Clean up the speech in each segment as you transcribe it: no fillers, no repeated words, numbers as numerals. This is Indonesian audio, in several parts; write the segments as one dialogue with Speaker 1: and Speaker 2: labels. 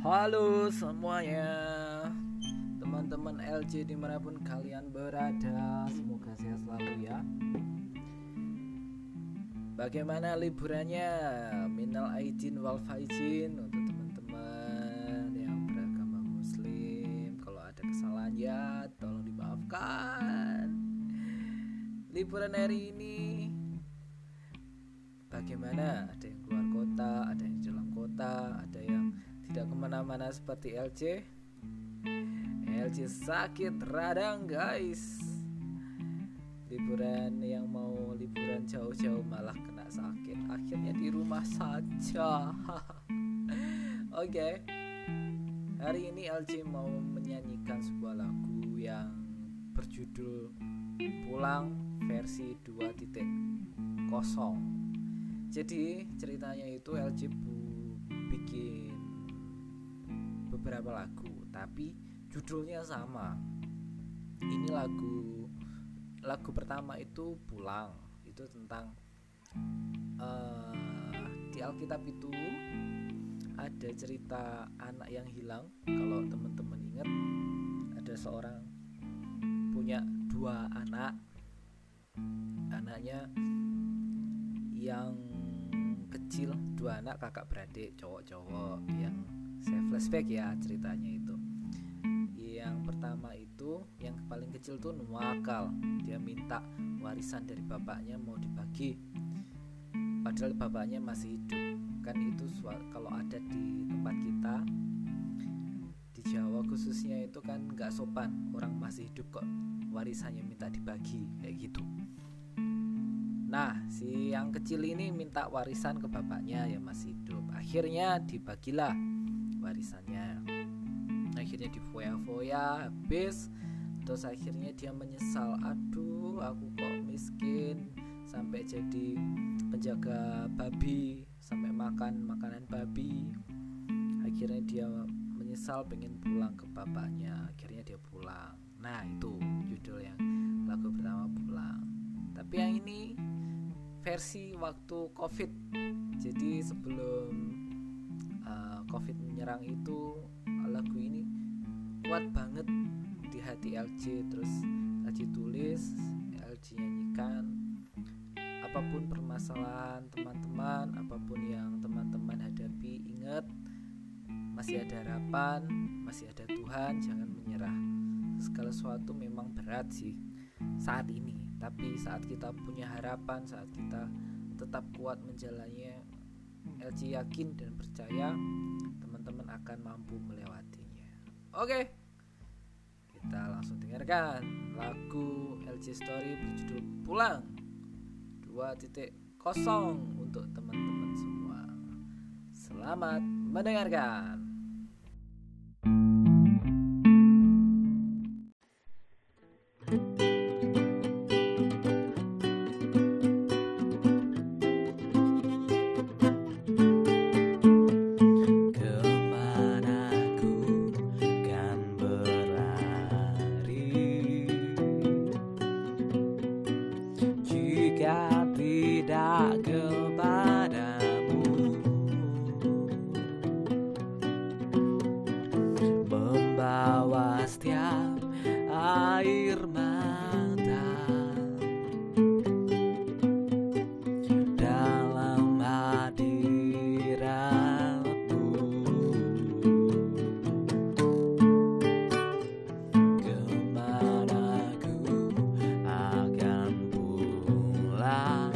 Speaker 1: Halo semuanya, teman-teman LC dimanapun kalian berada, semoga sehat selalu ya. Bagaimana liburannya? Minal aidin wal faizin untuk teman-teman yang beragama muslim. Kalau ada kesalahan ya tolong dimaafkan. Liburan hari ini bagaimana? Ada yang keluar kota, ada yang di dalam kota, ada yang tidak kemana-mana seperti LC. LC sakit radang guys. Liburan yang mau liburan jauh-jauh malah kena sakit. Akhirnya di rumah saja. Oke. Hari ini LC mau menyanyikan sebuah lagu yang berjudul Pulang versi 2.0. Jadi ceritanya itu LC bikin beberapa lagu, tapi judulnya sama. Ini lagu pertama itu Pulang, itu tentang di Alkitab itu ada cerita anak yang hilang. Kalau teman-teman ingat, ada seorang punya dua anak. Anaknya yang kecil, dua anak kakak beradik cowok-cowok. Yang saya flashback ya ceritanya itu. Yang pertama itu yang paling kecil tuh nuwakal. Dia minta warisan dari bapaknya mau dibagi, padahal bapaknya masih hidup. Kan itu kalau ada di tempat kita di Jawa khususnya itu kan gak sopan, orang masih hidup kok warisannya minta dibagi kayak gitu. Nah, si yang kecil ini minta warisan ke bapaknya yang masih hidup. Akhirnya dibagilah warisannya. Akhirnya difoya-foya habis. Terus akhirnya dia menyesal, aduh aku kok miskin sampai jadi penjaga babi, sampai makan makanan babi. Akhirnya dia menyesal, pengen pulang ke bapaknya. Akhirnya dia pulang. Nah itu judul yang lagu pertama Pulang. Tapi yang ini versi waktu COVID. Jadi sebelum COVID menyerang itu, lagu ini kuat banget di hati LC. Terus LC tulis, LC nyanyikan. Apapun permasalahan teman-teman, apapun yang teman-teman hadapi, ingat masih ada harapan, masih ada Tuhan, jangan menyerah. Segala sesuatu memang berat sih saat ini, tapi saat kita punya harapan, saat kita tetap kuat menjalannya, LC yakin dan percaya teman-teman akan mampu melewatinya. Oke, kita langsung dengarkan lagu LC Story berjudul Pulang 2.0 untuk teman-teman semua. Selamat mendengarkan. Tidak kepadamu, membawa setiap air mata dalam hadiratmu. Kemana ku akan pulang,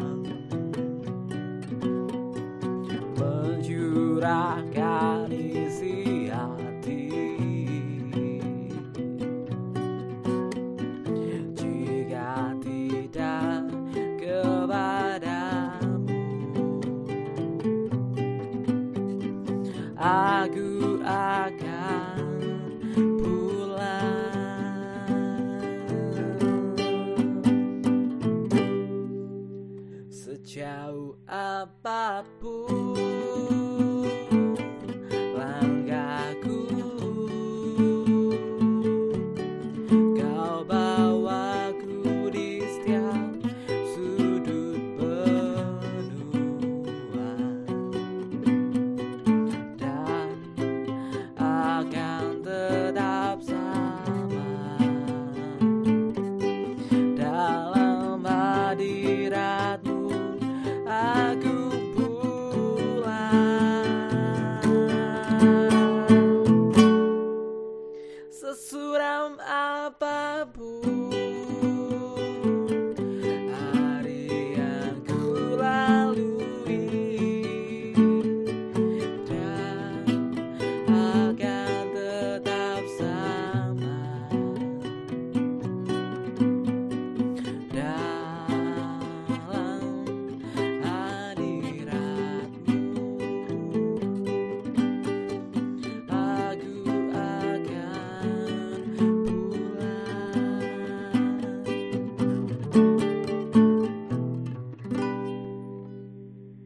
Speaker 1: mencurahkan isi hati. Jika tidak kepadamu, aku akan pulang. Sejauh apapun